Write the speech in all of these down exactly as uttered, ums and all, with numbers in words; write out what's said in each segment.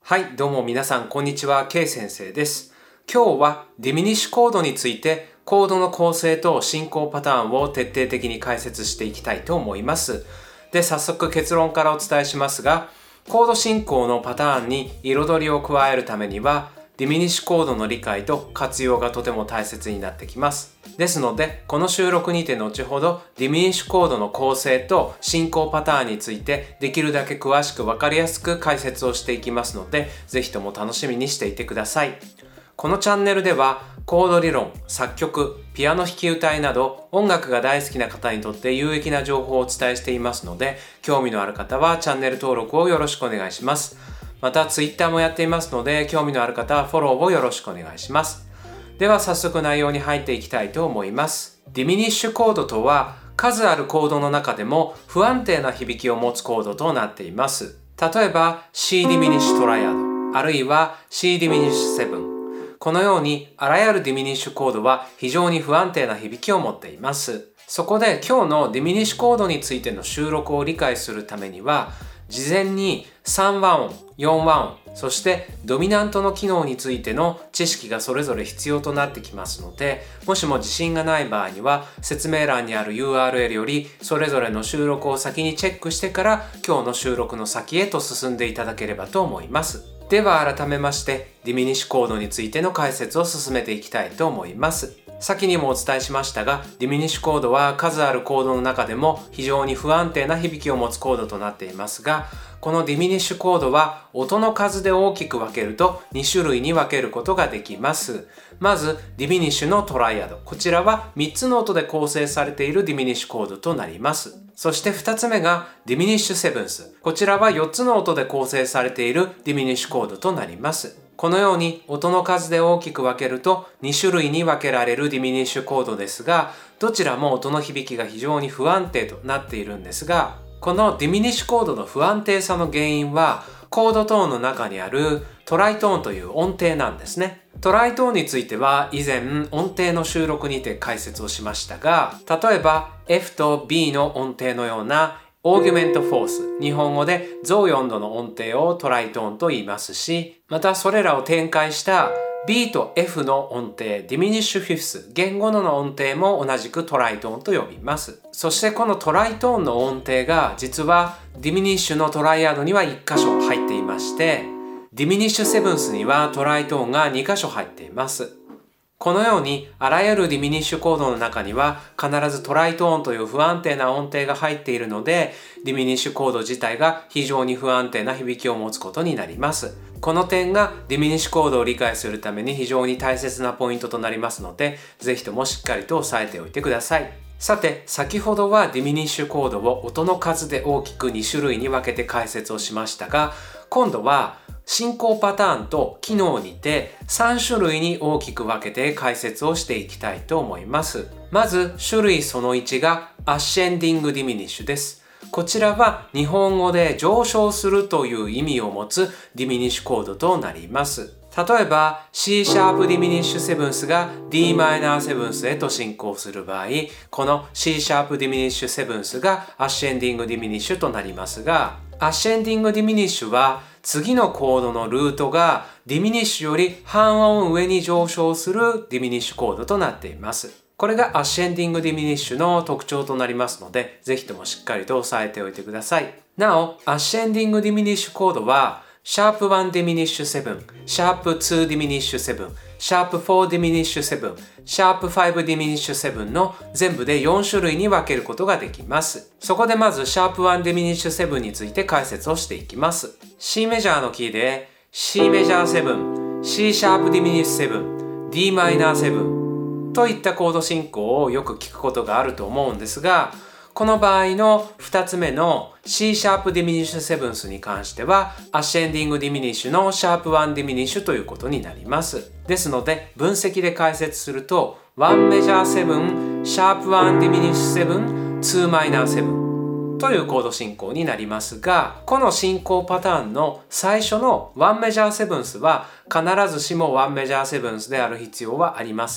はい、どうも皆さん、こんにちは。K 先生です。今日はディミニッシュコードについて、コードの構成と進行パターンを徹底的に解説していきたいと思います。で、早速結論からお伝えしますが、コード進行のパターンに彩りを加えるためには、ディミニッシュコードの理解と活用がとても大切になってきます。ですので、この収録にて後ほどディミニッシュコードの構成と進行パターンについてできるだけ詳しく分かりやすく解説をしていきますので、ぜひとも楽しみにしていてください。このチャンネルではコード理論、作曲、ピアノ弾き歌いなど音楽が大好きな方にとって有益な情報をお伝えしていますので、興味のある方はチャンネル登録をよろしくお願いします。また Twitter もやっていますので、興味のある方はフォローをよろしくお願いします。では早速内容に入っていきたいと思います。ディミニッシュコードとは、数あるコードの中でも不安定な響きを持つコードとなっています。例えば C ディミニッシュトライアド、あるいは C ディミニッシュセブン。このようにあらゆるディミニッシュコードは非常に不安定な響きを持っています。そこで今日のディミニッシュコードについての収録を理解するためには、事前にさん和音、よん和音、そしてドミナントの機能についての知識がそれぞれ必要となってきますので、もしも自信がない場合には説明欄にある ユーアールエル よりそれぞれの収録を先にチェックしてから今日の収録の先へと進んでいただければと思います。では改めましてディミニッシュコードについての解説を進めていきたいと思います。先にもお伝えしましたが、ディミニッシュコードは数あるコードの中でも非常に不安定な響きを持つコードとなっていますが、このディミニッシュコードは音の数で大きく分けるとに種類に分けることができます。まずディミニッシュのトライアド、こちらはみっつの音で構成されているディミニッシュコードとなります。そしてふたつめがディミニッシュセブンス、こちらはよっつの音で構成されているディミニッシュコードとなります。このように音の数で大きく分けるとに種類に分けられるディミニッシュコードですが、どちらも音の響きが非常に不安定となっているんですが、このディミニッシュコードの不安定さの原因はコードトーンの中にあるトライトーンという音程なんですね。トライトーンについては以前音程の収録にて解説をしましたが、例えば F と B の音程のようなオーギュメントフォース、日本語で増よんどの音程をトライトーンと言いますし、またそれらを展開した B と F の音程、ディミニッシュフィフス、弦ごどの音程も同じくトライトーンと呼びます。そしてこのトライトーンの音程が実はディミニッシュのトライアドにはいっ箇所入っていまして、ディミニッシュセブンスにはトライトーンがに箇所入っています。このようにあらゆるディミニッシュコードの中には必ずトライトーンという不安定な音程が入っているので、ディミニッシュコード自体が非常に不安定な響きを持つことになります。この点がディミニッシュコードを理解するために非常に大切なポイントとなりますので、ぜひともしっかりと押さえておいてください。さて、先ほどはディミニッシュコードを音の数で大きくに種類に分けて解説をしましたが、今度は進行パターンと機能にてさん種類に大きく分けて解説をしていきたいと思います。まず種類そのいちがアッシェンディングディミニッシュです。こちらは日本語で上昇するという意味を持つディミニッシュコードとなります。例えば C シャープディミニッシュセブンスが ディー マイナーセブンスへと進行する場合、この C シャープディミニッシュセブンスがアッシェンディングディミニッシュとなりますが、アッシェンディングディミニッシュは次のコードのルートがディミニッシュより半音上に上昇するディミニッシュコードとなっています。これがアッシェンディングディミニッシュの特徴となりますので、ぜひともしっかりと押さえておいてください。なお、アッシェンディングディミニッシュコードはシャープワンディミニッシュセブン、シャープツーディミニッシュセブン、シャープフォーディミニッシュセブン、シャープファイブディミニッシュセブンの全部でよん種類に分けることができます。そこでまずシャープワンディミニッシュセブンについて解説をしていきます。C メジャーのキーで C メジャーセブン、C シャープディミニッシュセブン、ディー マイナーセブンといったコード進行をよく聞くことがあると思うんですが、この場合のふたつめの C シャープディミニッシュセブンスに関してはアッシェンディングディミニッシュのシャープワンディミニッシュということになります。ですので分析で解説するとワンメジャーセブン、シャープワンディミニッシュセブン、ツーマイナーセブンというコード進行になりますが、この進行パターンの最初のワンメジャーセブンスは必ずしもワンメジャーセブンスである必要はありません。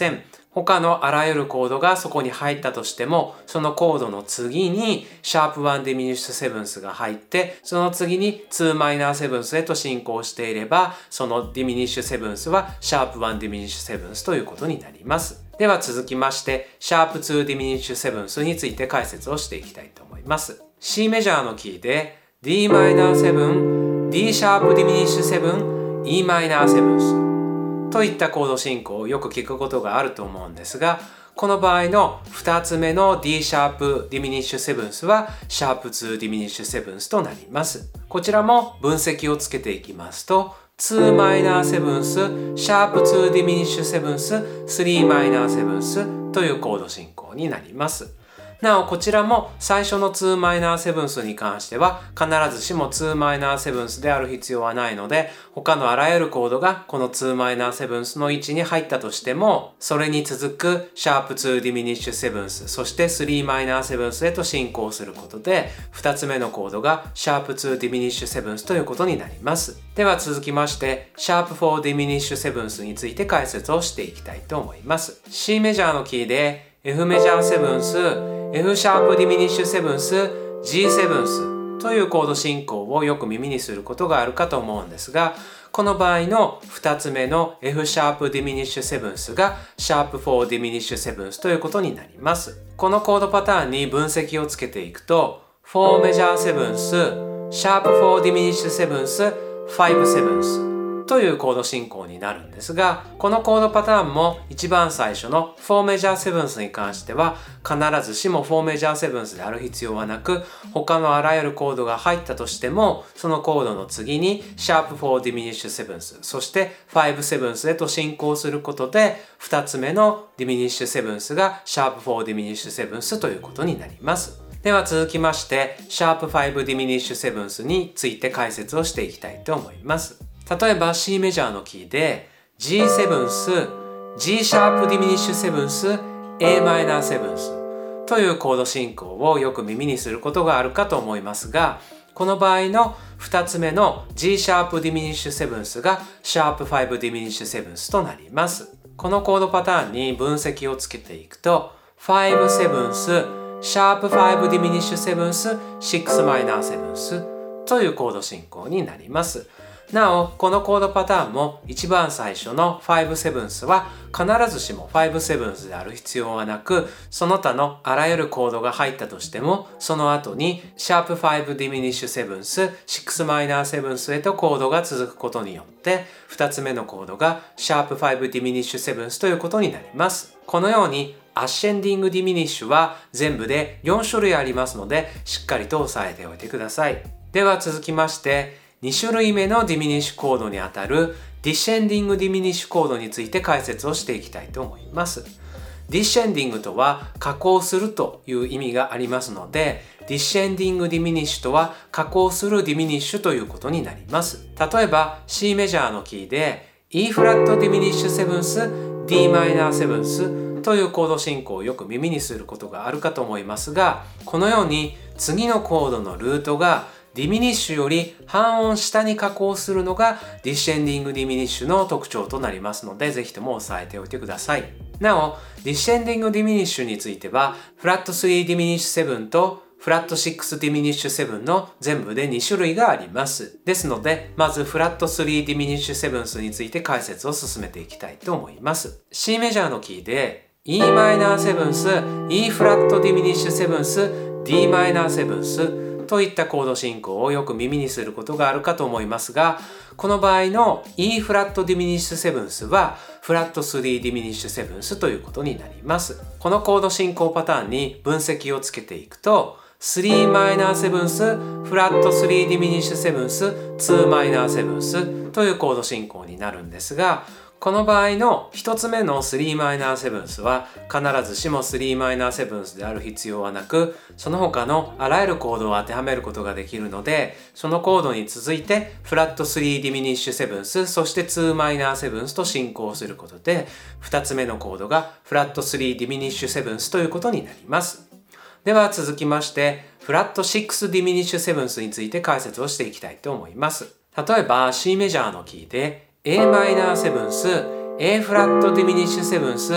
他のあらゆるコードがそこに入ったとしても、そのコードの次にシャープワンディミニッシュセブンスが入って、その次にツーマイナーセブンスへと進行していれば、そのディミニッシュセブンスはシャープワンディミニッシュセブンスということになります。では続きまして、シャープツーディミニッシュセブンスについて解説をしていきたいと思います。C メジャーのキーで ディーマイナーセブン、D シャープディミニッシュセブン、E マイナーセブンスといったコード進行をよく聞くことがあると思うんですが、この場合のふたつめの D シャープディミニッシュセブンスはシャープツーディミニッシュセブンスとなります。こちらも分析をつけていきますと、ツーマイナーセブンス、シャープツーディミニッシュセブンス、スリーマイナーセブンスというコード進行になります。なおこちらも最初のツーマイナーセブンスに関しては必ずしもツーマイナーセブンスである必要はないので、他のあらゆるコードがこのツーマイナーセブンスの位置に入ったとしても、それに続くシャープツーディミニッシュセブンス、そしてスリーマイナーセブンスへと進行することで、ふたつめのコードがシャープツーディミニッシュセブンスということになります。では続きまして、シャープフォーディミニッシュセブンスについて解説をしていきたいと思います。C メジャーのキーで F メジャーセブンス、F シャープディミニッシュセブンス、ジーセブンスというコード進行をよく耳にすることがあるかと思うんですが、この場合のふたつめの F シャープディミニッシュセブンスがシャープフォーディミニッシュセブンスということになります。このコードパターンに分析をつけていくと、フォーメジャーセブンス、シャープフォーディミニッシュセブンス、ファイブセブンスというコード進行になるんですが、このコードパターンも一番最初のフォーメジャーセブンスに関しては必ずしもフォーメジャーセブンスである必要はなく、他のあらゆるコードが入ったとしても、そのコードの次にシャープフォーディミニッシュセブンス、そしてファイブセブンスへと進行することで、ふたつめのディミニッシュセブンスがシャープフォーディミニッシュセブンスということになります。では続きまして、シャープファイブディミニッシュセブンスについて解説をしていきたいと思います。例えば C メジャーのキーで ジーセブンス、G シャープディミニッシュセブンス、A マイナーセブンスというコード進行をよく耳にすることがあるかと思いますが、この場合のふたつめの G シャープディミニッシュセブンスがシャープファイブディミニッシュセブンスとなります。このコードパターンに分析をつけていくと、ファイブセブンス、シャープファイブディミニッシュセブンス、シックスマイナーセブンスというコード進行になります。なお、このコードパターンも一番最初のファイブセブンスは必ずしもファイブセブンスである必要はなく、その他のあらゆるコードが入ったとしても、その後にシャープファイブディミニッシュセブンス、シックスマイナーセブンスへとコードが続くことによって、ふたつめのコードがシャープファイブディミニッシュセブンスということになります。このようにアッシェンディングディミニッシュは全部でよん種類ありますので、しっかりと押さえておいてください。では続きまして、に種類目のディミニッシュコードにあたるディシェンディングディミニッシュコードについて解説をしていきたいと思います。ディシェンディングとは下降するという意味がありますので、ディシェンディングディミニッシュとは下降するディミニッシュということになります。例えば C メジャーのキーで E フラットディミニッシュセブンス、D マイナーセブンスというコード進行をよく耳にすることがあるかと思いますが、このように次のコードのルートがディミニッシュより半音下に下降するのがディシェンディングディミニッシュの特徴となりますので、ぜひとも押さえておいてください。なお、ディシェンディングディミニッシュについては、フラットスリーディミニッシュセブンとフラットシックスディミニッシュセブンの全部でに種類があります。ですので、まずフラットスリーディミニッシュセブンスについて解説を進めていきたいと思います。C メジャーのキーで E マイナーセブンス、E フラットディミニッシュセブンス、D マイナーセブンスといったコード進行をよく耳にすることがあるかと思いますが、この場合の E フラットディミニッシュセブンスはフラットスリーディミニッシュセブンスということになります。このコード進行パターンに分析をつけていくと、スリーマイナーセブンス、フラットスリーディミニッシュセブンス、ツーマイナーセブンスというコード進行になるんですが、この場合のひとつめのスリーマイナーセブンスは必ずしもスリーマイナーセブンスである必要はなく、その他のあらゆるコードを当てはめることができるので、そのコードに続いてフラットスリーディミニッシュセブンス、そしてツーマイナーセブンスと進行することで、ふたつめのコードがフラットスリーディミニッシュセブンスということになります。では続きまして、フラットシックスディミニッシュセブンスについて解説をしていきたいと思います。例えば C メジャーのキーで A マイナーセブンス、A フラットディミニッシュセブンス、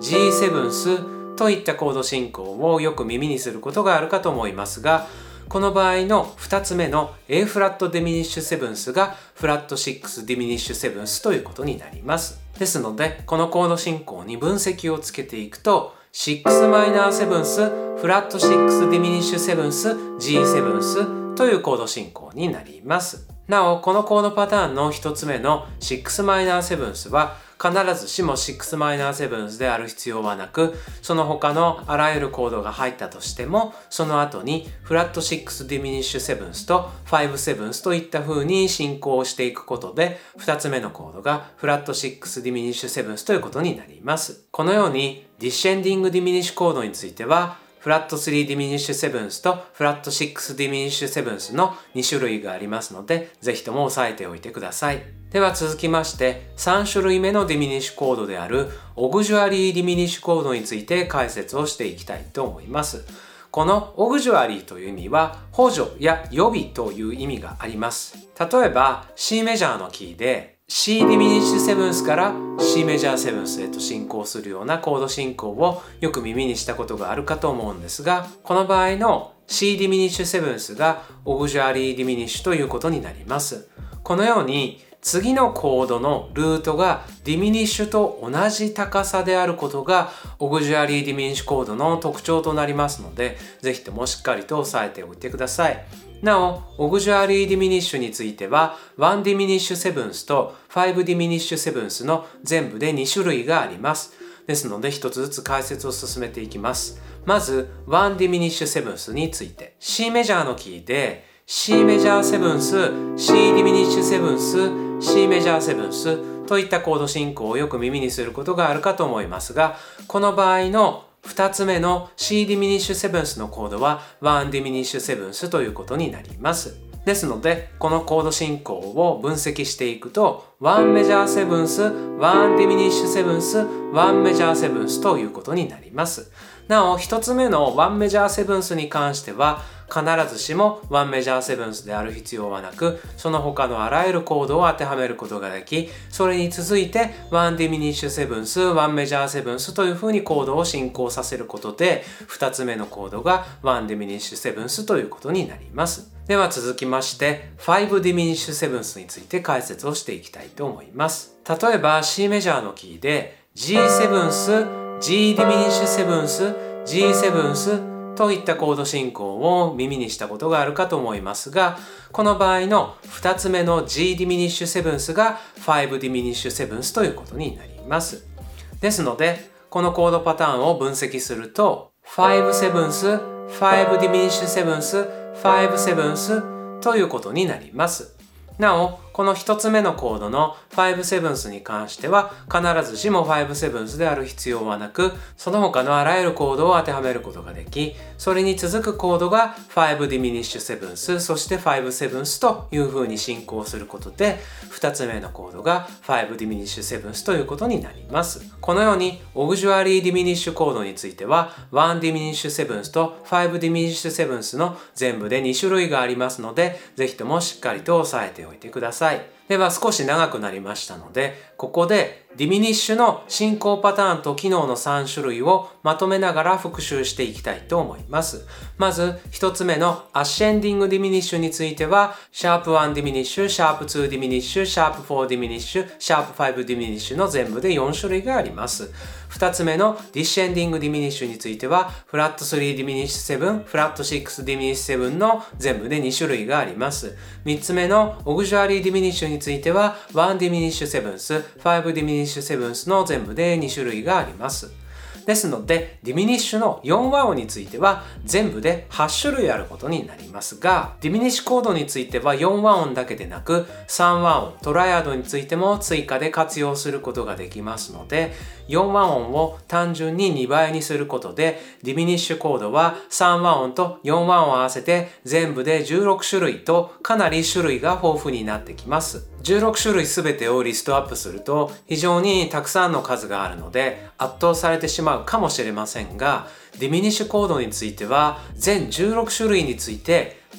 ジーセブン スといったコード進行をよく耳にすることがあるかと思いますが、この場合のふたつめの A フラットディミニッシュセブンスがフラットシックスディミニッシュセブンスということになります。ですので、このコード進行に分析をつけていくと、シックスマイナーセブンス、フラットシックスディミニッシュセブンス、ジーセブンスというコード進行になります。なお、このコードパターンのひとつめのシックスマイナーセブンスは必ずしもシックスマイナーセブンスである必要はなく、その他のあらゆるコードが入ったとしても、その後にフラットシックスディミニッシュセブンスとファイブセブンスといった風に進行していくことで、ふたつめのコードがフラットシックスディミニッシュセブンスということになります。このようにディッシェンディングディミニッシュコードについては、フラットスリーディミニッシュセブンスとフラットシックスディミニッシュセブンスのに種類がありますので、ぜひとも押さえておいてください。では続きまして、さん種類目のディミニッシュコードであるオグジュアリーディミニッシュコードについて解説をしていきたいと思います。このオグジュアリーという意味は補助や予備という意味があります。例えば C メジャーのキーでC ディミニッシュセブンスから C メジャーセブンスへと進行するようなコード進行をよく耳にしたことがあるかと思うんですが、この場合の C ディミニッシュセブンスがオグジュアリーディミニッシュということになります。このように次のコードのルートがディミニッシュと同じ高さであることがオグジュアリーディミニッシュコードの特徴となりますので、ぜひともしっかりと押さえておいてください。なお、オグジュアリーディミニッシュについては、ワンディミニッシュセブンスとファイブディミニッシュセブンスの全部でに種類があります。ですので、一つずつ解説を進めていきます。まず、ワンディミニッシュセブンスについて。C メジャーのキーで、C メジャーセブンス、C ディミニッシュセブンス、C メジャーセブンスといったコード進行をよく耳にすることがあるかと思いますが、この場合のふたつめの C ディミニッシュセブンスのコードはワンディミニッシュセブンスということになります。ですので、このコード進行を分析していくと、ワンメジャーセブンス、ワンディミニッシュセブンス、ワンメジャーセブンスということになります。なお、ひとつめのワンメジャーセブンスに関しては、必ずしもワンメジャーセブンスである必要はなく、その他のあらゆるコードを当てはめることができ、それに続いてワンディミニッシュセブンス、ワンメジャーセブンスというふうにコードを進行させることで、ふたつめのコードがワンディミニッシュセブンスということになります。では続きまして、ファイブディミニッシュセブンスについて解説をしていきたいと思います。例えば C メジャーのキーで ジーセブンス、G ディミニッシュセブンス、ジーセブンスといったコード進行を耳にしたことがあるかと思いますが、この場合のふたつめの G ディミニッシュセブンスがファイブディミニッシュセブンスということになります。ですので、このコードパターンを分析すると、ファイブセブンス、ファイブディミニッシュセブンス、ファイブセブンスということになります。なお、このひとつめのコードのファイブセブンスに関しては必ずしもファイブセブンスである必要はなく、その他のあらゆるコードを当てはめることができ、それに続くコードがファイブディミニッシュセブンス、そしてファイブセブンスという風に進行することで、ふたつめのコードがファイブディミニッシュセブンスということになります。このようにオグジュアリーディミニッシュコードについてはワンディミニッシュセブンスとファイブディミニッシュセブンスの全部でに種類がありますので、ぜひともしっかりと押さえておいてください。では少し長くなりましたので、ここでディミニッシュの進行パターンと機能のさん種類をまとめながら復習していきたいと思います。まずひとつめのアッシェンディングディミニッシュについては、シャープワンディミニッシュ、シャープツーディミニッシュ、シャープフォーディミニッシュ、シャープファイブディミニッシュの全部でよん種類があります。ふたつめのディッシェンディングディミニッシュについては、フラットスリーディミニッシュセブン、フラットシックスディミニッシュセブンの全部でに種類があります。みっつめのオグジュアリーディミニッシュについては、ワンディミニッシュセブンス、ファイブディミニッシュセブンスの全部でに種類があります。ですので、ディミニッシュのよん和音については全部ではち種類あることになりますが、ディミニッシュコードについてはよん和音だけでなくさん和音、トライアドについても追加で活用することができますので、よん和音を単純ににばいにすることで、ディミニッシュコードはさん和音とよん和音を合わせて全部でじゅうろく種類とかなり種類が豊富になってきます。じゅうろく種類すべてをリストアップすると非常にたくさんの数があるので圧倒されてしまうかもしれませんが、ディミニッシュコードについては全じゅうろく種類について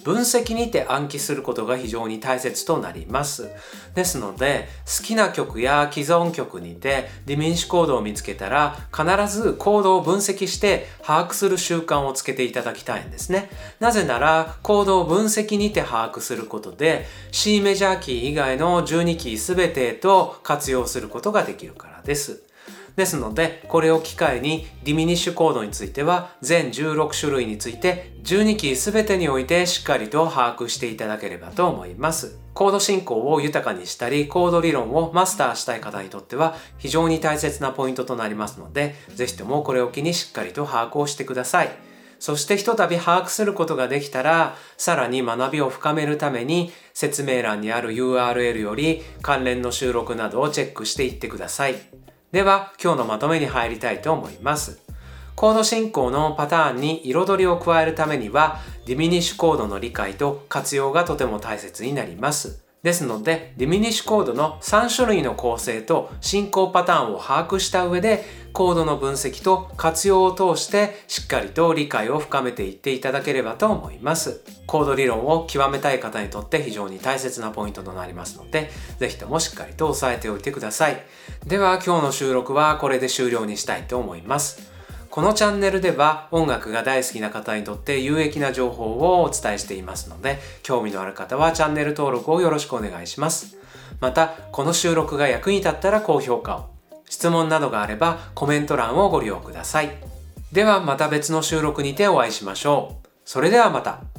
分析にて暗記することが非常に大切となります。ですので、好きな曲や既存曲にてディミニッシュコードを見つけたら、必ずコードを分析して把握する習慣をつけていただきたいんですね。なぜなら、コードを分析にて把握することで C メジャーキー以外のじゅうにキーすべてと活用することができるからです。ですので、これを機会にディミニッシュコードについては全じゅうろく種類についてじゅうにキーすべてにおいてしっかりと把握していただければと思います。コード進行を豊かにしたり、コード理論をマスターしたい方にとっては非常に大切なポイントとなりますので、ぜひともこれを機にしっかりと把握をしてください。そしてひとたび把握することができたら、さらに学びを深めるために説明欄にある ユーアールエル より関連の収録などをチェックしていってください。では、今日のまとめに入りたいと思います。コード進行のパターンに彩りを加えるためには、ディミニッシュコードの理解と活用がとても大切になります。ですので、ディミニッシュコードのさん種類の構成と進行パターンを把握した上で、コードの分析と活用を通してしっかりと理解を深めていっていただければと思います。コード理論を極めたい方にとって非常に大切なポイントとなりますので、ぜひともしっかりと押さえておいてください。では、今日の収録はこれで終了にしたいと思います。このチャンネルでは音楽が大好きな方にとって有益な情報をお伝えしていますので、興味のある方はチャンネル登録をよろしくお願いします。また、この収録が役に立ったら高評価を、質問などがあればコメント欄をご利用ください。ではまた別の収録にてお会いしましょう。それではまた。